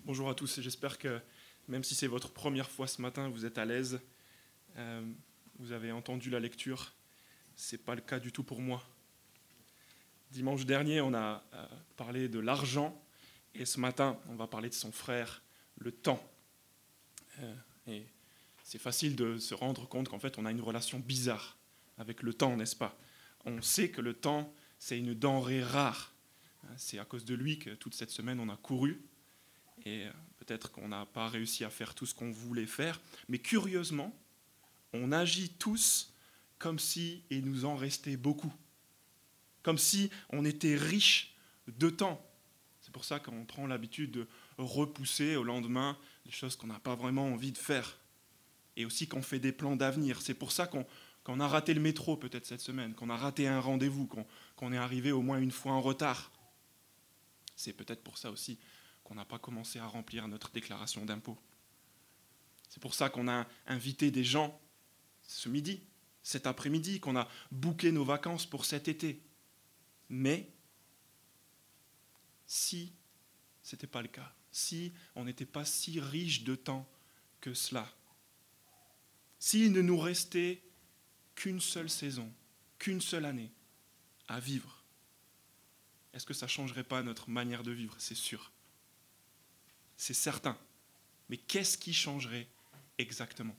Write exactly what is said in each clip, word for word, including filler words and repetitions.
Bonjour à tous, j'espère que même si c'est votre première fois ce matin, vous êtes à l'aise. Euh, vous avez entendu la lecture, ce n'est pas le cas du tout pour moi. Dimanche dernier, on a euh, parlé de l'argent et ce matin, on va parler de son frère, le temps. Euh, et c'est facile de se rendre compte qu'en fait, on a une relation bizarre avec le temps, n'est-ce pas? On sait que le temps, c'est une denrée rare. C'est à cause de lui que toute cette semaine, on a couru. Et peut-être qu'on n'a pas réussi à faire tout ce qu'on voulait faire, mais curieusement, on agit tous comme si il nous en restait beaucoup, comme si on était riche de temps. C'est pour ça qu'on prend l'habitude de repousser au lendemain les choses qu'on n'a pas vraiment envie de faire, et aussi qu'on fait des plans d'avenir. C'est pour ça qu'on, qu'on a raté le métro peut-être cette semaine, qu'on a raté un rendez-vous, qu'on, qu'on est arrivé au moins une fois en retard. C'est peut-être pour ça aussi qu'on n'a pas commencé à remplir notre déclaration d'impôt. C'est pour ça qu'on a invité des gens ce midi, cet après-midi, qu'on a booké nos vacances pour cet été. Mais si ce n'était pas le cas, si on n'était pas si riche de temps que cela, s'il ne nous restait qu'une seule saison, qu'une seule année à vivre, est-ce que ça ne changerait pas notre manière de vivre? C'est sûr. C'est certain. Mais qu'est-ce qui changerait exactement?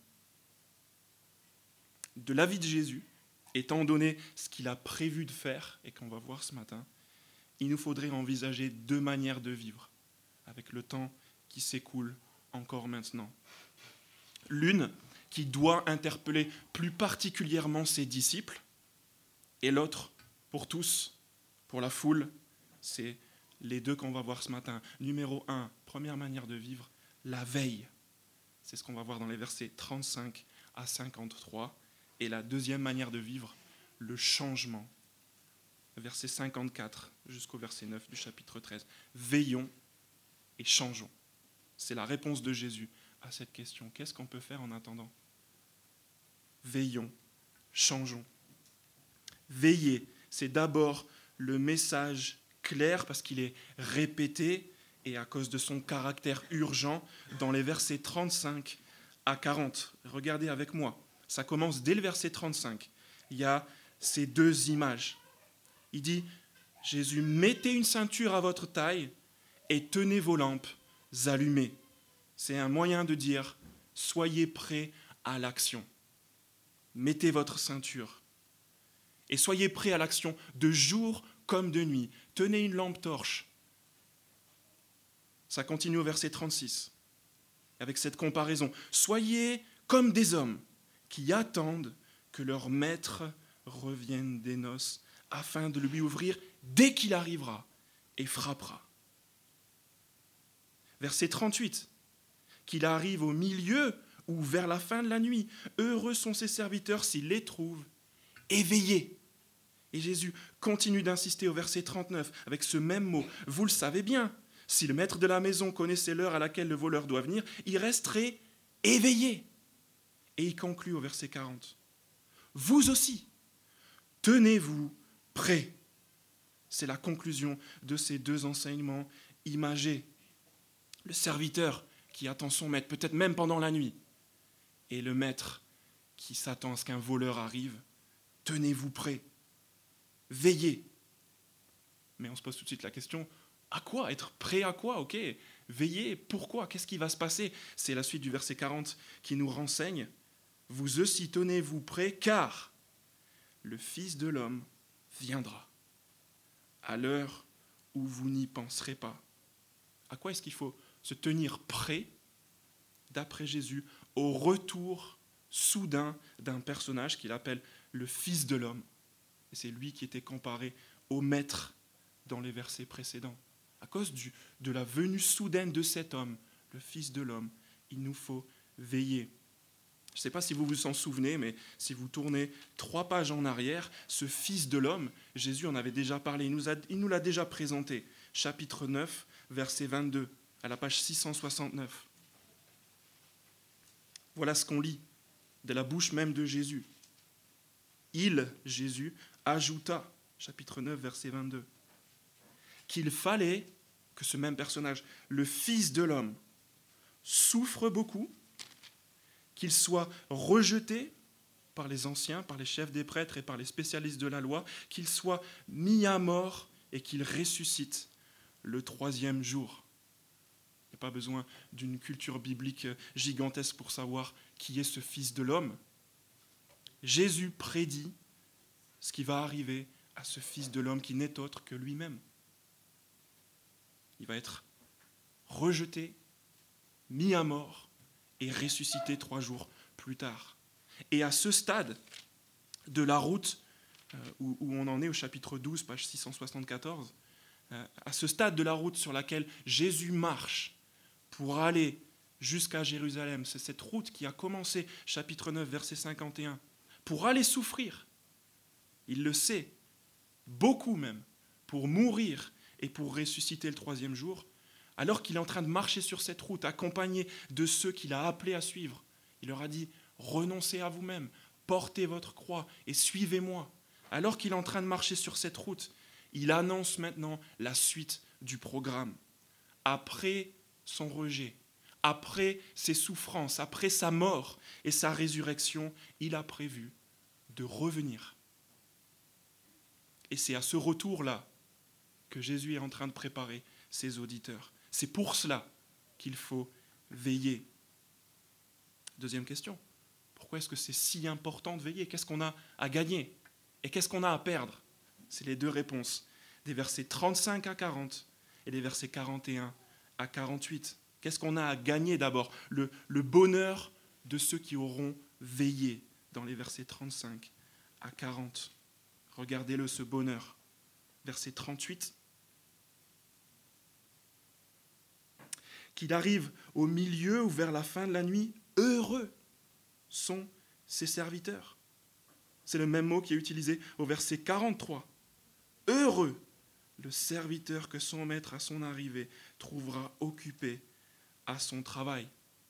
De l'avis de Jésus, étant donné ce qu'il a prévu de faire, et qu'on va voir ce matin, il nous faudrait envisager deux manières de vivre, avec le temps qui s'écoule encore maintenant. L'une qui doit interpeller plus particulièrement ses disciples, et l'autre pour tous, pour la foule, c'est les deux qu'on va voir ce matin. Numéro un, première manière de vivre, la veille. C'est ce qu'on va voir dans les versets trente-cinq à cinquante-trois. Et la deuxième manière de vivre, le changement. Verset cinquante-quatre jusqu'au verset neuf du chapitre treize. Veillons et changeons. C'est la réponse de Jésus à cette question. Qu'est-ce qu'on peut faire en attendant? Veillons, changeons. Veiller, c'est d'abord le message clair parce qu'il est répété et à cause de son caractère urgent dans les versets trente-cinq à quarante. Regardez avec moi, ça commence dès le verset trente-cinq. Il y a ces deux images. Il dit, Jésus, mettez une ceinture à votre taille et tenez vos lampes allumées. C'est un moyen de dire, soyez prêts à l'action. Mettez votre ceinture et soyez prêts à l'action de jour comme de nuit. Tenez une lampe torche. Ça continue au verset trente-six, avec cette comparaison. Soyez comme des hommes qui attendent que leur maître revienne des noces, afin de lui ouvrir dès qu'il arrivera et frappera. Verset trente-huit, qu'il arrive au milieu ou vers la fin de la nuit. Heureux sont ses serviteurs s'ils les trouvent éveillés. Et Jésus continue d'insister au verset trente-neuf avec ce même mot. Vous le savez bien, si le maître de la maison connaissait l'heure à laquelle le voleur doit venir, il resterait éveillé. Et il conclut au verset quarante. Vous aussi, tenez-vous prêts. C'est la conclusion de ces deux enseignements imagés. Le serviteur qui attend son maître, peut-être même pendant la nuit, et le maître qui s'attend à ce qu'un voleur arrive. Tenez-vous prêts. Veillez. Mais on se pose tout de suite la question, à quoi? Être prêt à quoi? Ok, veillez, pourquoi? Qu'est-ce qui va se passer? C'est la suite du verset quarante qui nous renseigne. Vous aussi tenez-vous prêts, car le Fils de l'homme viendra à l'heure où vous n'y penserez pas. À quoi est-ce qu'il faut se tenir prêt, d'après Jésus, au retour soudain d'un personnage qu'il appelle le Fils de l'homme? Et c'est lui qui était comparé au maître dans les versets précédents. À cause du, de la venue soudaine de cet homme, le Fils de l'homme, il nous faut veiller. Je ne sais pas si vous vous en souvenez, mais si vous tournez trois pages en arrière, ce Fils de l'homme, Jésus en avait déjà parlé, il nous, a, il nous l'a déjà présenté. Chapitre neuf, verset vingt-deux, à la page six cent soixante-neuf. Voilà ce qu'on lit de la bouche même de Jésus. Il, Jésus, ajouta, chapitre neuf, verset vingt-deux, qu'il fallait que ce même personnage, le Fils de l'homme, souffre beaucoup, qu'il soit rejeté par les anciens, par les chefs des prêtres et par les spécialistes de la loi, qu'il soit mis à mort et qu'il ressuscite le troisième jour. Il n'y a pas besoin d'une culture biblique gigantesque pour savoir qui est ce Fils de l'homme. Jésus prédit ce qui va arriver à ce Fils de l'homme qui n'est autre que lui-même. Il va être rejeté, mis à mort et ressuscité trois jours plus tard. Et à ce stade de la route, euh, où, où on en est au chapitre douze, page six cent soixante-quatorze, euh, à ce stade de la route sur laquelle Jésus marche pour aller jusqu'à Jérusalem, c'est cette route qui a commencé, chapitre neuf, verset cinquante et un, pour aller souffrir, il le sait, beaucoup même, pour mourir et pour ressusciter le troisième jour, alors qu'il est en train de marcher sur cette route, accompagné de ceux qu'il a appelés à suivre. Il leur a dit, renoncez à vous-même, portez votre croix et suivez-moi. Alors qu'il est en train de marcher sur cette route, il annonce maintenant la suite du programme. Après son rejet, après ses souffrances, après sa mort et sa résurrection, il a prévu de revenir. Et c'est à ce retour-là que Jésus est en train de préparer ses auditeurs. C'est pour cela qu'il faut veiller. Deuxième question. Pourquoi est-ce que c'est si important de veiller ? Qu'est-ce qu'on a à gagner ? Et qu'est-ce qu'on a à perdre ? C'est les deux réponses, des versets trente-cinq à quarante et des versets quarante et un à quarante-huit. Qu'est-ce qu'on a à gagner d'abord ? Le, le bonheur de ceux qui auront veillé dans les versets trente-cinq à quarante. Regardez-le, ce bonheur. Verset trente-huit. Qu'il arrive au milieu ou vers la fin de la nuit, heureux sont ses serviteurs. C'est le même mot qui est utilisé au verset quarante-trois. Heureux le serviteur que son maître à son arrivée trouvera occupé à son travail.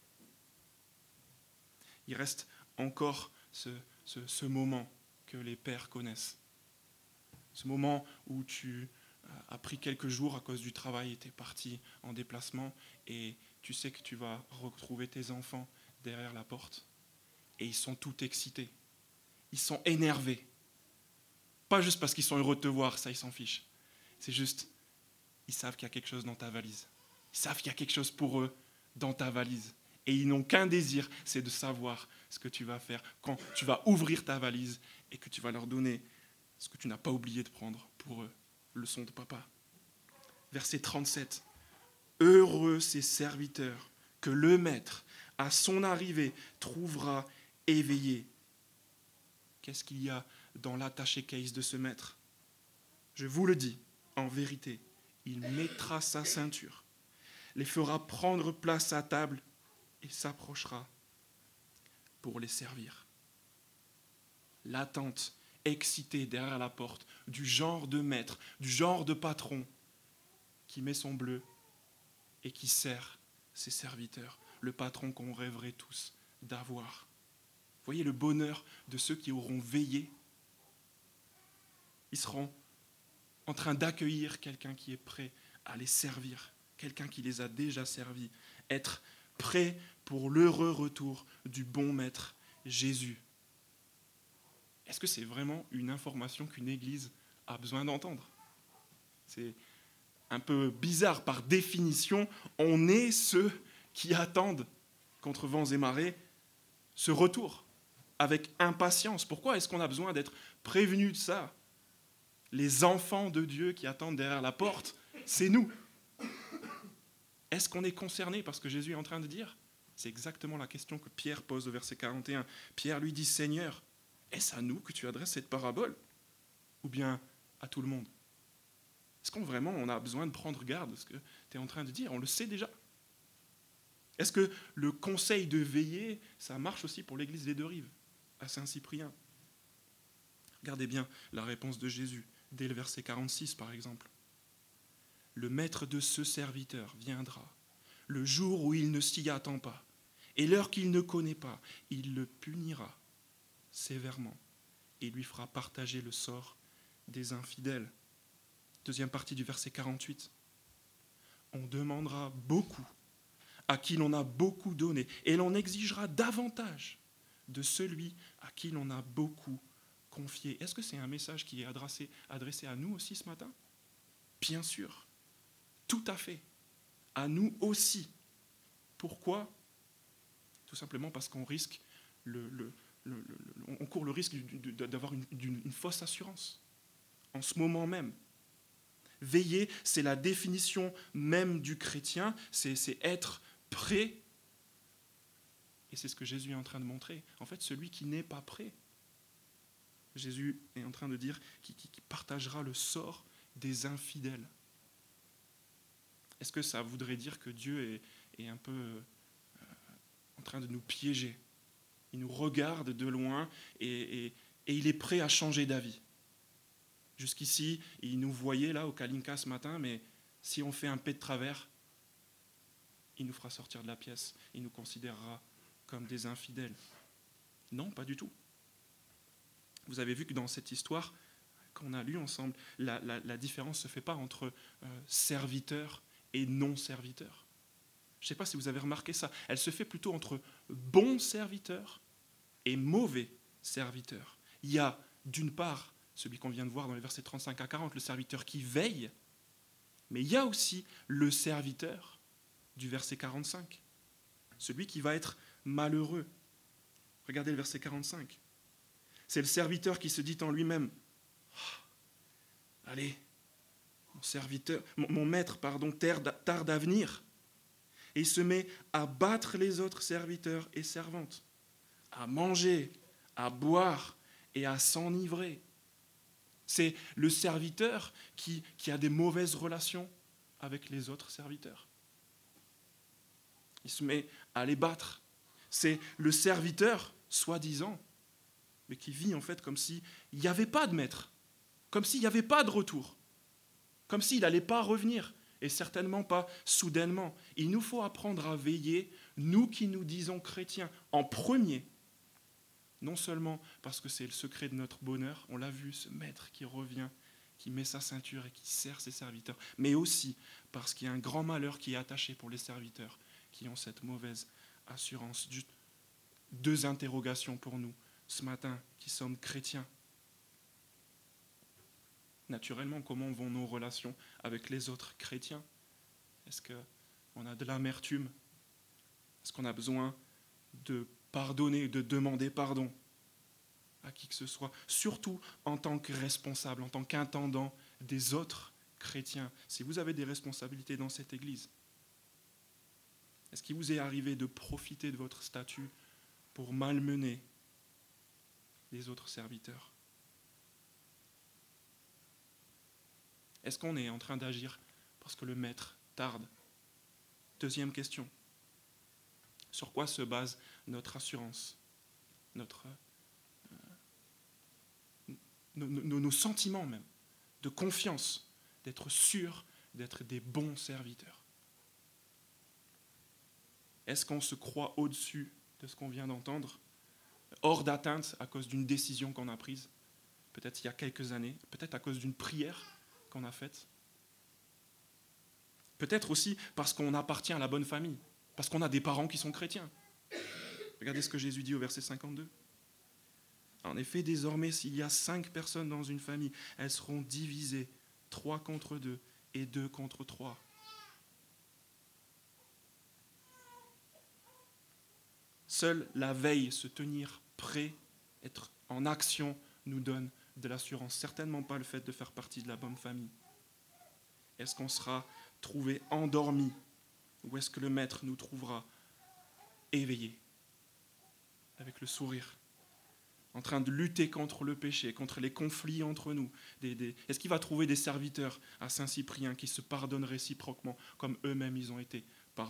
Il reste encore ce, ce, ce moment que les pères connaissent. Ce moment où tu as pris quelques jours à cause du travail et tu es parti en déplacement et tu sais que tu vas retrouver tes enfants derrière la porte et ils sont tout excités. Ils sont énervés. Pas juste parce qu'ils sont heureux de te voir, ça ils s'en fichent. C'est juste, ils savent qu'il y a quelque chose dans ta valise. Ils savent qu'il y a quelque chose pour eux dans ta valise. Et ils n'ont qu'un désir, c'est de savoir ce que tu vas faire quand tu vas ouvrir ta valise et que tu vas leur donner ce que tu n'as pas oublié de prendre pour eux, leçon de papa. Verset trente-sept. Heureux ces serviteurs que le maître, à son arrivée, trouvera éveillés. Qu'est-ce qu'il y a dans l'attaché case de ce maître ? Je vous le dis, en vérité, il mettra sa ceinture, les fera prendre place à table et s'approchera pour les servir. L'attente excitée derrière la porte du genre de maître, du genre de patron qui met son bleu et qui sert ses serviteurs, le patron qu'on rêverait tous d'avoir. Voyez le bonheur de ceux qui auront veillé. Ils seront en train d'accueillir quelqu'un qui est prêt à les servir, quelqu'un qui les a déjà servis, être prêt pour l'heureux retour du bon maître Jésus. Est-ce que c'est vraiment une information qu'une église a besoin d'entendre ? C'est un peu bizarre. Par définition, on est ceux qui attendent, contre vents et marées, ce retour, avec impatience. Pourquoi est-ce qu'on a besoin d'être prévenus de ça ? Les enfants de Dieu qui attendent derrière la porte, c'est nous. Est-ce qu'on est concerné par ce que Jésus est en train de dire ? C'est exactement la question que Pierre pose au verset quarante et un. Pierre lui dit, Seigneur, est-ce à nous que tu adresses cette parabole ? Ou bien à tout le monde ? Est-ce qu'on vraiment on a besoin de prendre garde de ce que tu es en train de dire ? On le sait déjà. Est-ce que le conseil de veiller, ça marche aussi pour l'église des Deux-Rives, à Saint-Cyprien ? Regardez bien la réponse de Jésus, dès le verset quarante-six par exemple. Le maître de ce serviteur viendra, le jour où il ne s'y attend pas, et l'heure qu'il ne connaît pas, il le punira sévèrement et lui fera partager le sort des infidèles. Deuxième partie du verset quarante-huit. on demandera beaucoup à qui l'on a beaucoup donné, et l'on exigera davantage de celui à qui l'on a beaucoup confié. Est-ce que c'est un message qui est adressé, adressé à nous aussi ce matin ? Bien sûr, tout à fait, à nous aussi. Pourquoi ? Tout simplement parce qu'on risque le, le, le, le, le, on court le risque d'avoir une, une, une fausse assurance en ce moment même. Veiller, c'est la définition même du chrétien, c'est, c'est être prêt. Et c'est ce que Jésus est en train de montrer. En fait, celui qui n'est pas prêt, Jésus est en train de dire qu'il, qu'il partagera le sort des infidèles. Est-ce que ça voudrait dire que Dieu est, est un peu euh, en train de nous piéger ? Il nous regarde de loin et, et, et il est prêt à changer d'avis. Jusqu'ici, il nous voyait là au Kalinka ce matin, mais si on fait un pet de travers, il nous fera sortir de la pièce, il nous considérera comme des infidèles. Non, pas du tout. Vous avez vu que dans cette histoire qu'on a lue ensemble, la, la, la différence ne se fait pas entre euh, serviteurs et non-serviteurs. Je ne sais pas si vous avez remarqué ça. Elle se fait plutôt entre bons serviteurs et mauvais serviteurs. Il y a d'une part celui qu'on vient de voir dans les versets trente-cinq à quarante, le serviteur qui veille, mais il y a aussi le serviteur du verset quarante-cinq, celui qui va être malheureux. Regardez le verset quarante-cinq. C'est le serviteur qui se dit en lui-même oh, « Allez, mon serviteur, mon, mon maître, pardon, tarde à venir. » Et il se met à battre les autres serviteurs et servantes, à manger, à boire et à s'enivrer. C'est le serviteur qui, qui a des mauvaises relations avec les autres serviteurs. Il se met à les battre. C'est le serviteur, soi-disant, mais qui vit en fait comme s'il n'y avait pas de maître, comme s'il n'y avait pas de retour, comme s'il n'allait pas revenir, et certainement pas soudainement. Il nous faut apprendre à veiller, nous qui nous disons chrétiens, en premier, non seulement parce que c'est le secret de notre bonheur, on l'a vu, ce maître qui revient, qui met sa ceinture et qui sert ses serviteurs, mais aussi parce qu'il y a un grand malheur qui est attaché pour les serviteurs qui ont cette mauvaise assurance. Juste deux interrogations pour nous ce matin qui sommes chrétiens. Naturellement, comment vont nos relations avec les autres chrétiens ? Est-ce qu'on a de l'amertume ? Est-ce qu'on a besoin de pardonner, de demander pardon à qui que ce soit, surtout en tant que responsable, en tant qu'intendant des autres chrétiens. Si vous avez des responsabilités dans cette église, est-ce qu'il vous est arrivé de profiter de votre statut pour malmener les autres serviteurs ? Est-ce qu'on est en train d'agir parce que le maître tarde ? Deuxième question. Sur quoi se base notre assurance, notre, euh, nos, nos, nos sentiments même, de confiance, d'être sûr d'être des bons serviteurs ? Est-ce qu'on se croit au-dessus de ce qu'on vient d'entendre, hors d'atteinte à cause d'une décision qu'on a prise, peut-être il y a quelques années, peut-être à cause d'une prière qu'on a faite, peut-être aussi parce qu'on appartient à la bonne famille, parce qu'on a des parents qui sont chrétiens. Regardez ce que Jésus dit au verset cinquante-deux. En effet, désormais, s'il y a cinq personnes dans une famille, elles seront divisées, trois contre deux et deux contre trois. Seule la veille, se tenir prêt, être en action, nous donne de l'assurance. Certainement pas le fait de faire partie de la bonne famille. Est-ce qu'on sera trouvé endormi ou est-ce que le maître nous trouvera éveillés, avec le sourire, en train de lutter contre le péché, contre les conflits entre nous. Des, des... Est-ce qu'il va trouver des serviteurs à Saint-Cyprien qui se pardonnent réciproquement comme eux-mêmes ils ont été pardonnés ?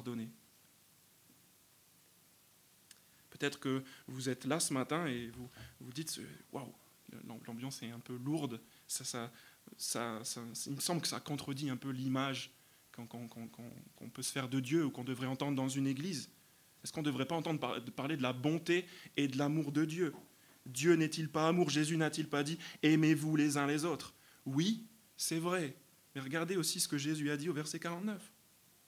Peut-être que vous êtes là ce matin et vous vous dites « Waouh, l'ambiance est un peu lourde, ça, ça, ça, ça, il me semble que ça contredit un peu l'image qu'on, qu'on, qu'on, qu'on peut se faire de Dieu ou qu'on devrait entendre dans une église. Est-ce qu'on ne devrait pas entendre parler de la bonté et de l'amour de Dieu ? Dieu n'est-il pas amour ? Jésus n'a-t-il pas dit « Aimez-vous les uns les autres » ? Oui, c'est vrai. Mais regardez aussi ce que Jésus a dit au verset quarante-neuf.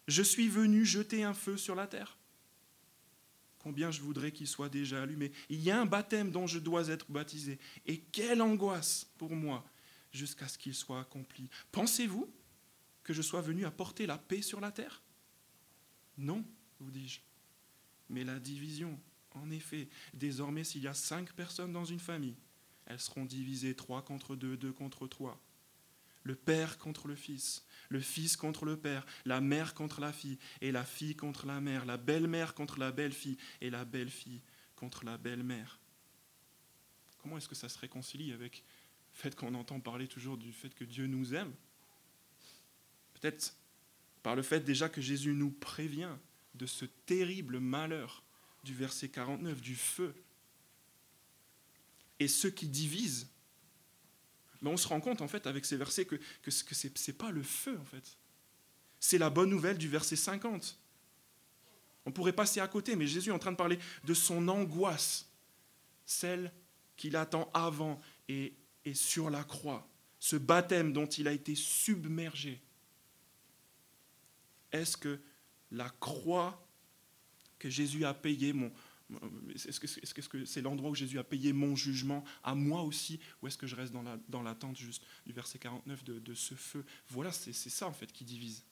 Je suis venu jeter un feu sur la terre. Combien je voudrais qu'il soit déjà allumé. Il y a un baptême dont je dois être baptisé. Et quelle angoisse pour moi jusqu'à ce qu'il soit accompli. Pensez-vous que je sois venu apporter la paix sur la terre ? Non, vous dis-je. Mais la division, en effet, désormais s'il y a cinq personnes dans une famille, elles seront divisées trois contre deux, deux contre trois. Le père contre le fils, le fils contre le père, la mère contre la fille, et la fille contre la mère, la belle-mère contre la belle-fille, et la belle-fille contre la belle-mère. Comment est-ce que ça se réconcilie avec le fait qu'on entend parler toujours du fait que Dieu nous aime ? Peut-être par le fait déjà que Jésus nous prévient de ce terrible malheur du verset quarante-neuf, du feu. Et ceux qui divisent, mais on se rend compte en fait avec ces versets que, que, que ce n'est pas le feu en fait. C'est la bonne nouvelle du verset cinquante. On pourrait passer à côté, mais Jésus est en train de parler de son angoisse, celle qu'il attend avant et, et sur la croix, ce baptême dont il a été submergé. Est-ce que la croix que Jésus a payée, mon, est-ce que, est-ce que c'est l'endroit où Jésus a payé mon jugement à moi aussi, ou est-ce que je reste dans, la, dans l'attente juste du verset quarante-neuf de, de ce feu ? Voilà, c'est, c'est ça en fait qui divise.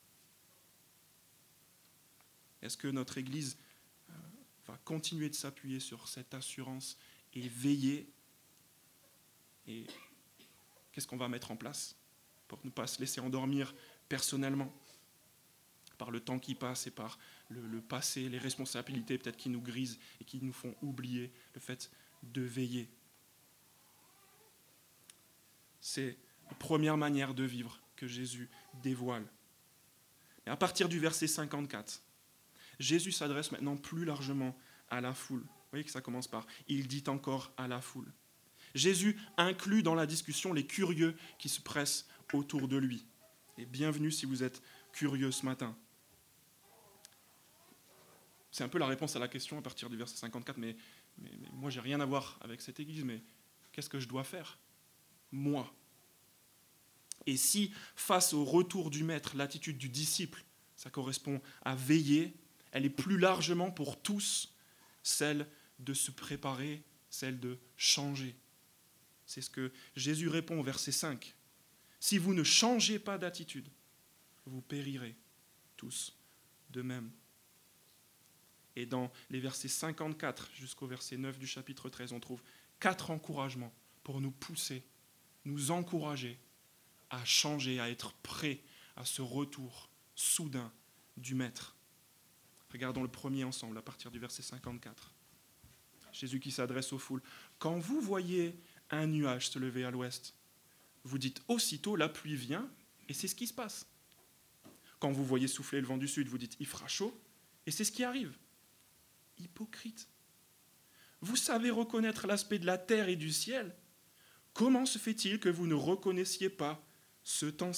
Est-ce que notre Église euh, va continuer de s'appuyer sur cette assurance et veiller ? Et qu'est-ce qu'on va mettre en place pour ne pas se laisser endormir personnellement par le temps qui passe et par le, le passé, les responsabilités peut-être qui nous grisent et qui nous font oublier le fait de veiller. C'est la première manière de vivre que Jésus dévoile. Et à partir du verset cinquante-quatre, Jésus s'adresse maintenant plus largement à la foule. Vous voyez que ça commence par « il dit encore à la foule ». Jésus inclut dans la discussion les curieux qui se pressent autour de lui. Et bienvenue si vous êtes curieux ce matin. C'est un peu la réponse à la question à partir du verset cinquante-quatre, mais, mais, mais moi, j'ai rien à voir avec cette église, mais qu'est-ce que je dois faire ? Moi. Et si, face au retour du maître, l'attitude du disciple, ça correspond à veiller, elle est plus largement pour tous celle de se préparer, celle de changer. C'est ce que Jésus répond au verset cinq. Si vous ne changez pas d'attitude, vous périrez tous de même. Et dans les versets cinquante-quatre jusqu'au verset neuf du chapitre treize, on trouve quatre encouragements pour nous pousser, nous encourager à changer, à être prêts à ce retour soudain du Maître. Regardons le premier ensemble, à partir du verset cinquante-quatre. Jésus qui s'adresse aux foules. « Quand vous voyez un nuage se lever à l'ouest, vous dites aussitôt, la pluie vient, et c'est ce qui se passe. Quand vous voyez souffler le vent du sud, vous dites, il fera chaud, et c'est ce qui arrive. Hypocrite. Vous savez reconnaître l'aspect de la terre et du ciel. Comment se fait-il que vous ne reconnaissiez pas ce temps-ci ?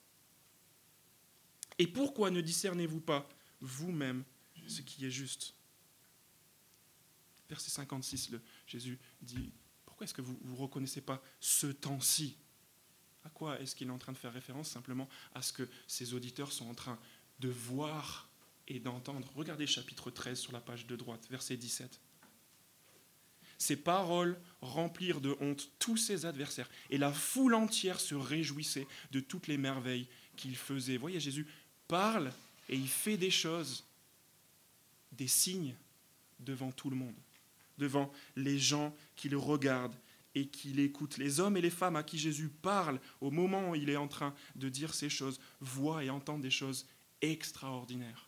Et pourquoi ne discernez-vous pas vous-même ce qui est juste ? » Verset cinquante-six, le, Jésus dit, pourquoi est-ce que vous ne reconnaissez pas ce temps-ci ? À quoi est-ce qu'il est en train de faire référence ? Simplement à ce que ses auditeurs sont en train de voir et d'entendre. Regardez chapitre treize sur la page de droite, verset dix-sept. Ces paroles remplirent de honte tous ses adversaires, et la foule entière se réjouissait de toutes les merveilles qu'il faisait. Vous voyez, Jésus parle et il fait des choses, des signes devant tout le monde, devant les gens qui le regardent et qui l'écoutent. Les hommes et les femmes à qui Jésus parle au moment où il est en train de dire ces choses voient et entendent des choses extraordinaires.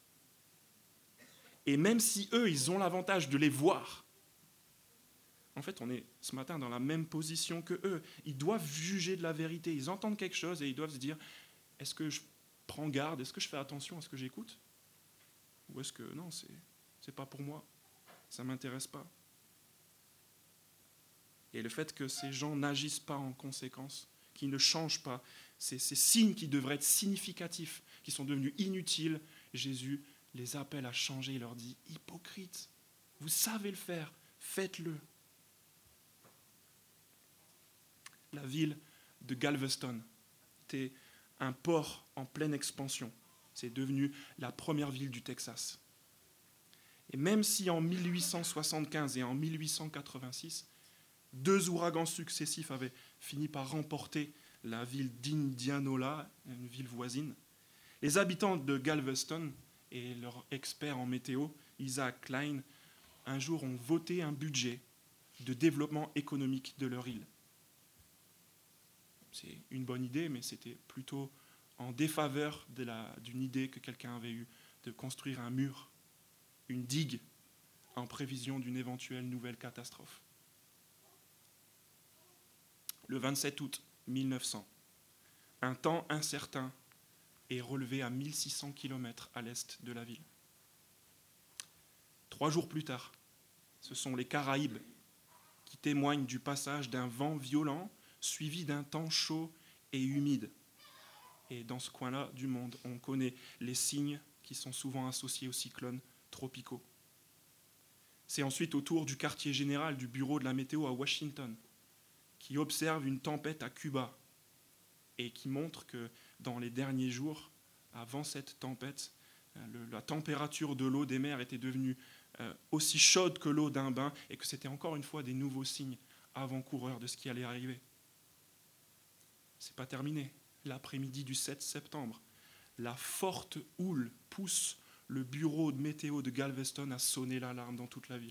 Et même si eux, ils ont l'avantage de les voir, en fait, on est ce matin dans la même position que eux. Ils doivent juger de la vérité. Ils entendent quelque chose et ils doivent se dire, est-ce que je prends garde ? Est-ce que je fais attention à ce que j'écoute ? Ou est-ce que non, c'est, c'est pas pour moi, ça ne m'intéresse pas. Et le fait que ces gens n'agissent pas en conséquence, qu'ils ne changent pas, ces, ces signes qui devraient être significatifs, qui sont devenus inutiles, Jésus les appelle à changer. Il leur dit, hypocrite, vous savez le faire, faites-le. La ville de Galveston était un port en pleine expansion. C'est devenu la première ville du Texas. Et même si en mille huit cent soixante-quinze et en mille huit cent quatre-vingt-six, deux ouragans successifs avaient fini par remporter la ville d'Indianola, une ville voisine, les habitants de Galveston et leur expert en météo, Isaac Klein, un jour ont voté un budget de développement économique de leur île. C'est une bonne idée, mais c'était plutôt en défaveur de la, d'une idée que quelqu'un avait eue de construire un mur, une digue, en prévision d'une éventuelle nouvelle catastrophe. Le vingt-sept août mille neuf cents, un temps incertain est relevé à mille six cents kilomètres à l'est de la ville. Trois jours plus tard, ce sont les Caraïbes qui témoignent du passage d'un vent violent suivi d'un temps chaud et humide. Et dans ce coin-là du monde, on connaît les signes qui sont souvent associés aux cyclones tropicaux. C'est ensuite au tour du quartier général du bureau de la météo à Washington, qui observe une tempête à Cuba et qui montre que dans les derniers jours, avant cette tempête, le, la température de l'eau des mers était devenue euh, aussi chaude que l'eau d'un bain et que c'était encore une fois des nouveaux signes avant-coureurs de ce qui allait arriver. C'est pas terminé. L'après-midi du sept septembre, la forte houle pousse le bureau de météo de Galveston à sonner l'alarme dans toute la ville.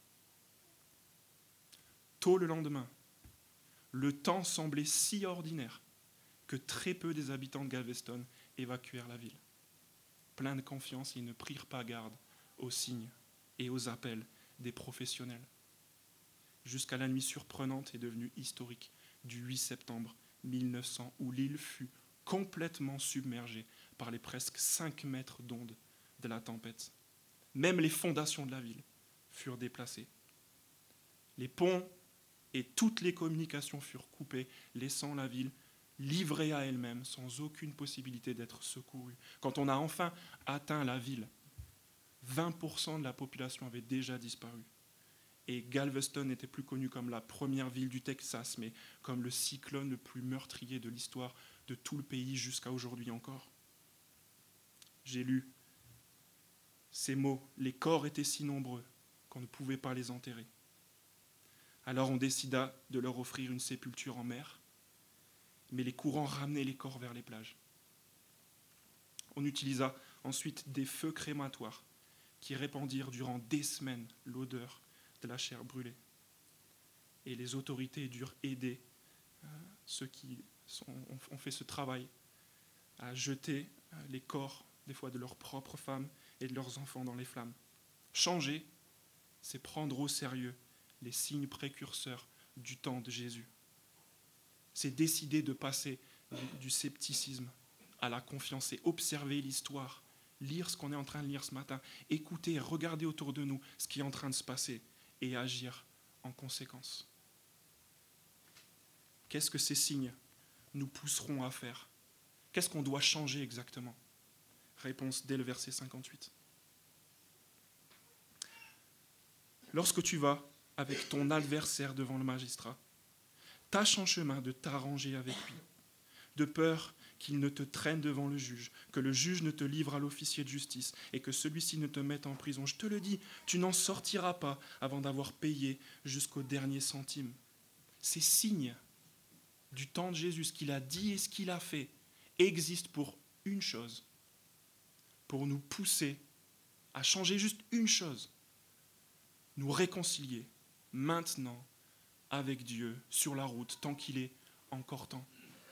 Tôt le lendemain, le temps semblait si ordinaire que très peu des habitants de Galveston évacuèrent la ville. Pleins de confiance, ils ne prirent pas garde aux signes et aux appels des professionnels. Jusqu'à la nuit surprenante et devenue historique du huit septembre mille neuf cents, où l'île fut complètement submergée par les presque cinq mètres d'onde de la tempête. Même les fondations de la ville furent déplacées. Les ponts et toutes les communications furent coupées, laissant la ville livrée à elle-même, sans aucune possibilité d'être secourue. Quand on a enfin atteint la ville, vingt pour cent de la population avait déjà disparu. Et Galveston n'était plus connu comme la première ville du Texas, mais comme le cyclone le plus meurtrier de l'histoire de tout le pays jusqu'à aujourd'hui encore. J'ai lu ces mots, les corps étaient si nombreux qu'on ne pouvait pas les enterrer. Alors on décida de leur offrir une sépulture en mer, mais les courants ramenaient les corps vers les plages. On utilisa ensuite des feux crématoires qui répandirent durant des semaines l'odeur de la chair brûlée. Et les autorités durent aider euh, ceux qui sont, ont, ont fait ce travail à jeter euh, les corps, des fois de leurs propres femmes et de leurs enfants dans les flammes. Changer, c'est prendre au sérieux les signes précurseurs du temps de Jésus. C'est décider de passer du, du scepticisme à la confiance et observer l'histoire, lire ce qu'on est en train de lire ce matin, écouter, regarder autour de nous ce qui est en train de se passer et agir en conséquence. Qu'est-ce que ces signes nous pousseront à faire ? Qu'est-ce qu'on doit changer exactement ? Réponse dès le verset cinquante-huit. Lorsque tu vas avec ton adversaire devant le magistrat, tâche en chemin de t'arranger avec lui, de peur qu'il ne te traîne devant le juge, que le juge ne te livre à l'officier de justice et que celui-ci ne te mette en prison. Je te le dis, tu n'en sortiras pas avant d'avoir payé jusqu'au dernier centime. Ces signes du temps de Jésus, ce qu'il a dit et ce qu'il a fait, existent pour une chose, pour nous pousser à changer juste une chose, nous réconcilier maintenant avec Dieu sur la route tant qu'il est encore temps.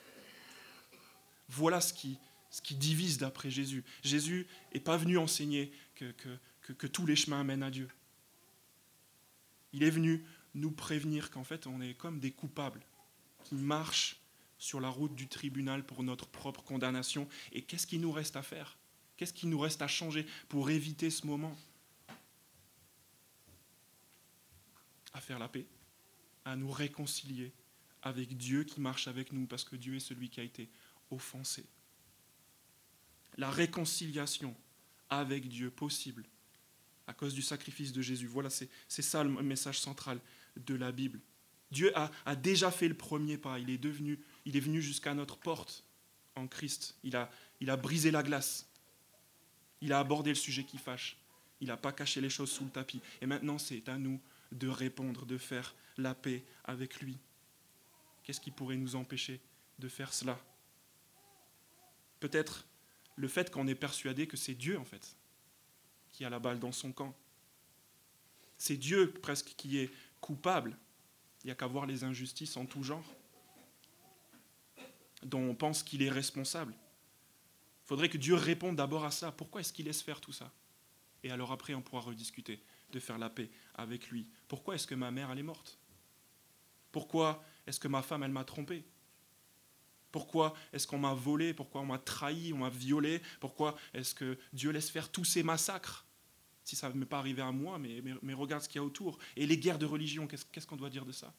Voilà ce qui, ce qui divise d'après Jésus. Jésus n'est pas venu enseigner que, que, que, que tous les chemins mènent à Dieu. Il est venu nous prévenir qu'en fait on est comme des coupables qui marchent sur la route du tribunal pour notre propre condamnation. Et qu'est-ce qu'il nous reste à faire ? Qu'est-ce qu'il nous reste à changer pour éviter ce moment ? À faire la paix, à nous réconcilier avec Dieu qui marche avec nous, parce que Dieu est celui qui a été offensé. La réconciliation avec Dieu possible à cause du sacrifice de Jésus. Voilà, c'est, c'est ça le message central de la Bible. Dieu a, a déjà fait le premier pas. Il est, devenu, il est venu jusqu'à notre porte en Christ. Il a, il a brisé la glace. Il a abordé le sujet qui fâche. Il n'a pas caché les choses sous le tapis. Et maintenant, c'est à nous de répondre, de faire la paix avec lui. Qu'est-ce qui pourrait nous empêcher de faire cela? Peut-être le fait qu'on est persuadé que c'est Dieu, en fait, qui a la balle dans son camp. C'est Dieu presque qui est coupable. Il n'y a qu'à voir les injustices en tout genre, dont on pense qu'il est responsable. Il faudrait que Dieu réponde d'abord à ça. Pourquoi est-ce qu'il laisse faire tout ça? Et alors après, on pourra rediscuter de faire la paix avec lui. Pourquoi est-ce que ma mère, elle est morte? Pourquoi est-ce que ma femme, elle m'a trompé? Pourquoi est-ce qu'on m'a volé? Pourquoi on m'a trahi? On m'a violé? Pourquoi est-ce que Dieu laisse faire tous ces massacres? Si ça ne m'est pas arrivé à moi, mais, mais, mais regarde ce qu'il y a autour. Et les guerres de religion, qu'est-ce, qu'est-ce qu'on doit dire de ça?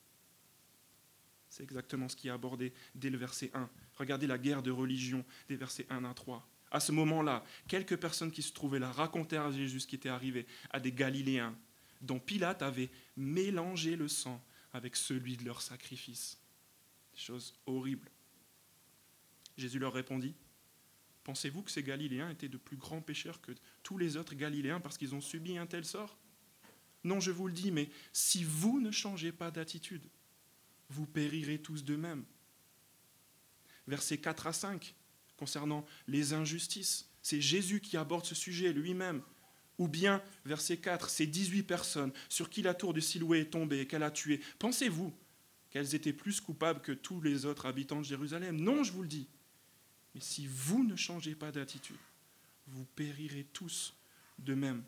C'est exactement ce qui est abordé dès le verset un. Regardez la guerre de religion des versets un à trois. À ce moment-là, quelques personnes qui se trouvaient là racontèrent à Jésus ce qui était arrivé à des Galiléens, dont Pilate avait mélangé le sang avec celui de leur sacrifice. Des choses horribles. Jésus leur répondit: pensez-vous que ces Galiléens étaient de plus grands pécheurs que tous les autres Galiléens parce qu'ils ont subi un tel sort? Non, je vous le dis, mais si vous ne changez pas d'attitude, vous périrez tous de même. Versets quatre à cinq, concernant les injustices, c'est Jésus qui aborde ce sujet lui-même. Ou bien, verset quatre, ces dix-huit personnes sur qui la tour de Siloué est tombée et qu'elle a tué, pensez-vous qu'elles étaient plus coupables que tous les autres habitants de Jérusalem? Non, je vous le dis. Mais si vous ne changez pas d'attitude, vous périrez tous de même.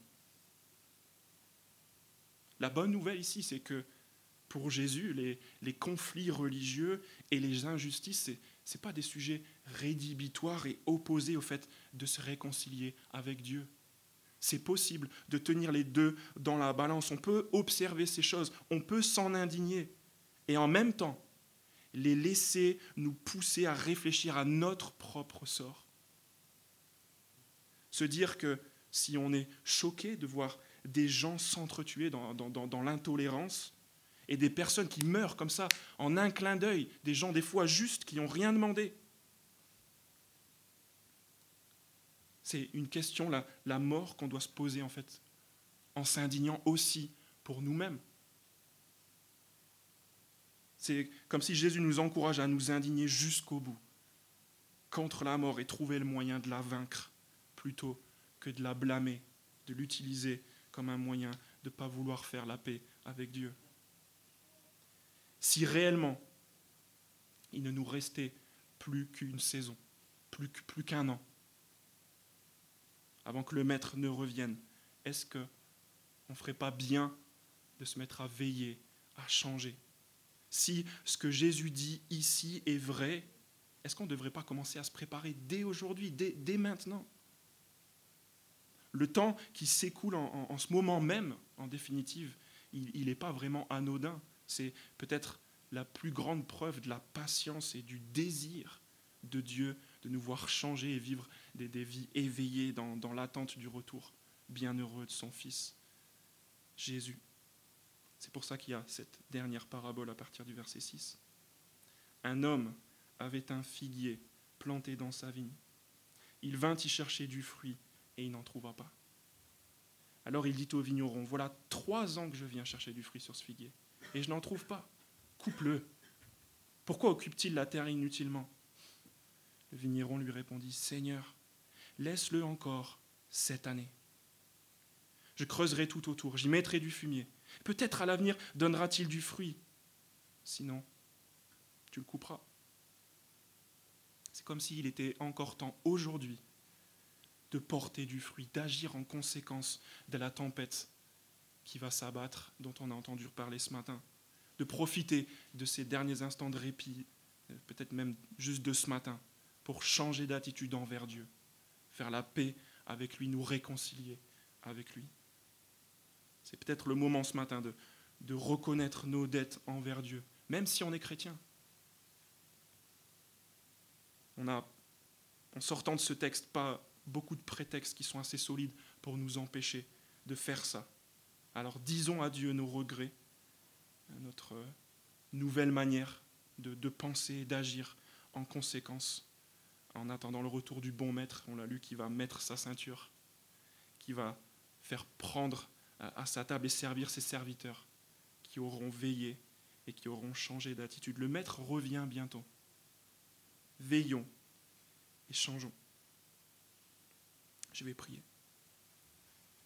La bonne nouvelle ici, c'est que pour Jésus, les, les conflits religieux et les injustices, ce n'est pas des sujets rédhibitoires et opposés au fait de se réconcilier avec Dieu. C'est possible de tenir les deux dans la balance. On peut observer ces choses, on peut s'en indigner et en même temps les laisser nous pousser à réfléchir à notre propre sort. Se dire que si on est choqué de voir des gens s'entretuer dans, dans, dans, dans l'intolérance et des personnes qui meurent comme ça en un clin d'œil, des gens des fois justes qui n'ont rien demandé, c'est une question, la, la mort qu'on doit se poser en fait, en s'indignant aussi pour nous-mêmes. C'est comme si Jésus nous encourage à nous indigner jusqu'au bout, contre la mort et trouver le moyen de la vaincre, plutôt que de la blâmer, de l'utiliser comme un moyen de ne pas vouloir faire la paix avec Dieu. Si réellement il ne nous restait plus qu'une saison, plus, plus qu'un an, avant que le Maître ne revienne, est-ce qu'on ne ferait pas bien de se mettre à veiller, à changer? Si ce que Jésus dit ici est vrai, est-ce qu'on ne devrait pas commencer à se préparer dès aujourd'hui, dès, dès maintenant? Le temps qui s'écoule en, en, en ce moment même, en définitive, il n'est pas vraiment anodin. C'est peut-être la plus grande preuve de la patience et du désir de Dieu de nous voir changer et vivre des, des vies éveillées dans, dans l'attente du retour bienheureux de son Fils, Jésus. C'est pour ça qu'il y a cette dernière parabole à partir du verset six. Un homme avait un figuier planté dans sa vigne. Il vint y chercher du fruit et il n'en trouva pas. Alors il dit au vigneron: voilà trois ans que je viens chercher du fruit sur ce figuier et je n'en trouve pas. Coupe-le. Pourquoi occupe-t-il la terre inutilement? Le vigneron lui répondit: Seigneur, laisse-le encore cette année. Je creuserai tout autour, j'y mettrai du fumier. Peut-être à l'avenir donnera-t-il du fruit. Sinon, tu le couperas. C'est comme s'il était encore temps aujourd'hui de porter du fruit, d'agir en conséquence de la tempête qui va s'abattre, dont on a entendu parler ce matin, de profiter de ces derniers instants de répit, peut-être même juste de ce matin, pour changer d'attitude envers Dieu, faire la paix avec lui, nous réconcilier avec lui. C'est peut-être le moment ce matin de, de reconnaître nos dettes envers Dieu, même si on est chrétien. On a, en sortant de ce texte, pas beaucoup de prétextes qui sont assez solides pour nous empêcher de faire ça. Alors disons à Dieu nos regrets, notre nouvelle manière de, de penser et d'agir en conséquence, en attendant le retour du bon maître, on l'a lu, qui va mettre sa ceinture, qui va faire prendre à sa table et servir ses serviteurs, qui auront veillé et qui auront changé d'attitude. Le maître revient bientôt. Veillons et changeons. Je vais prier.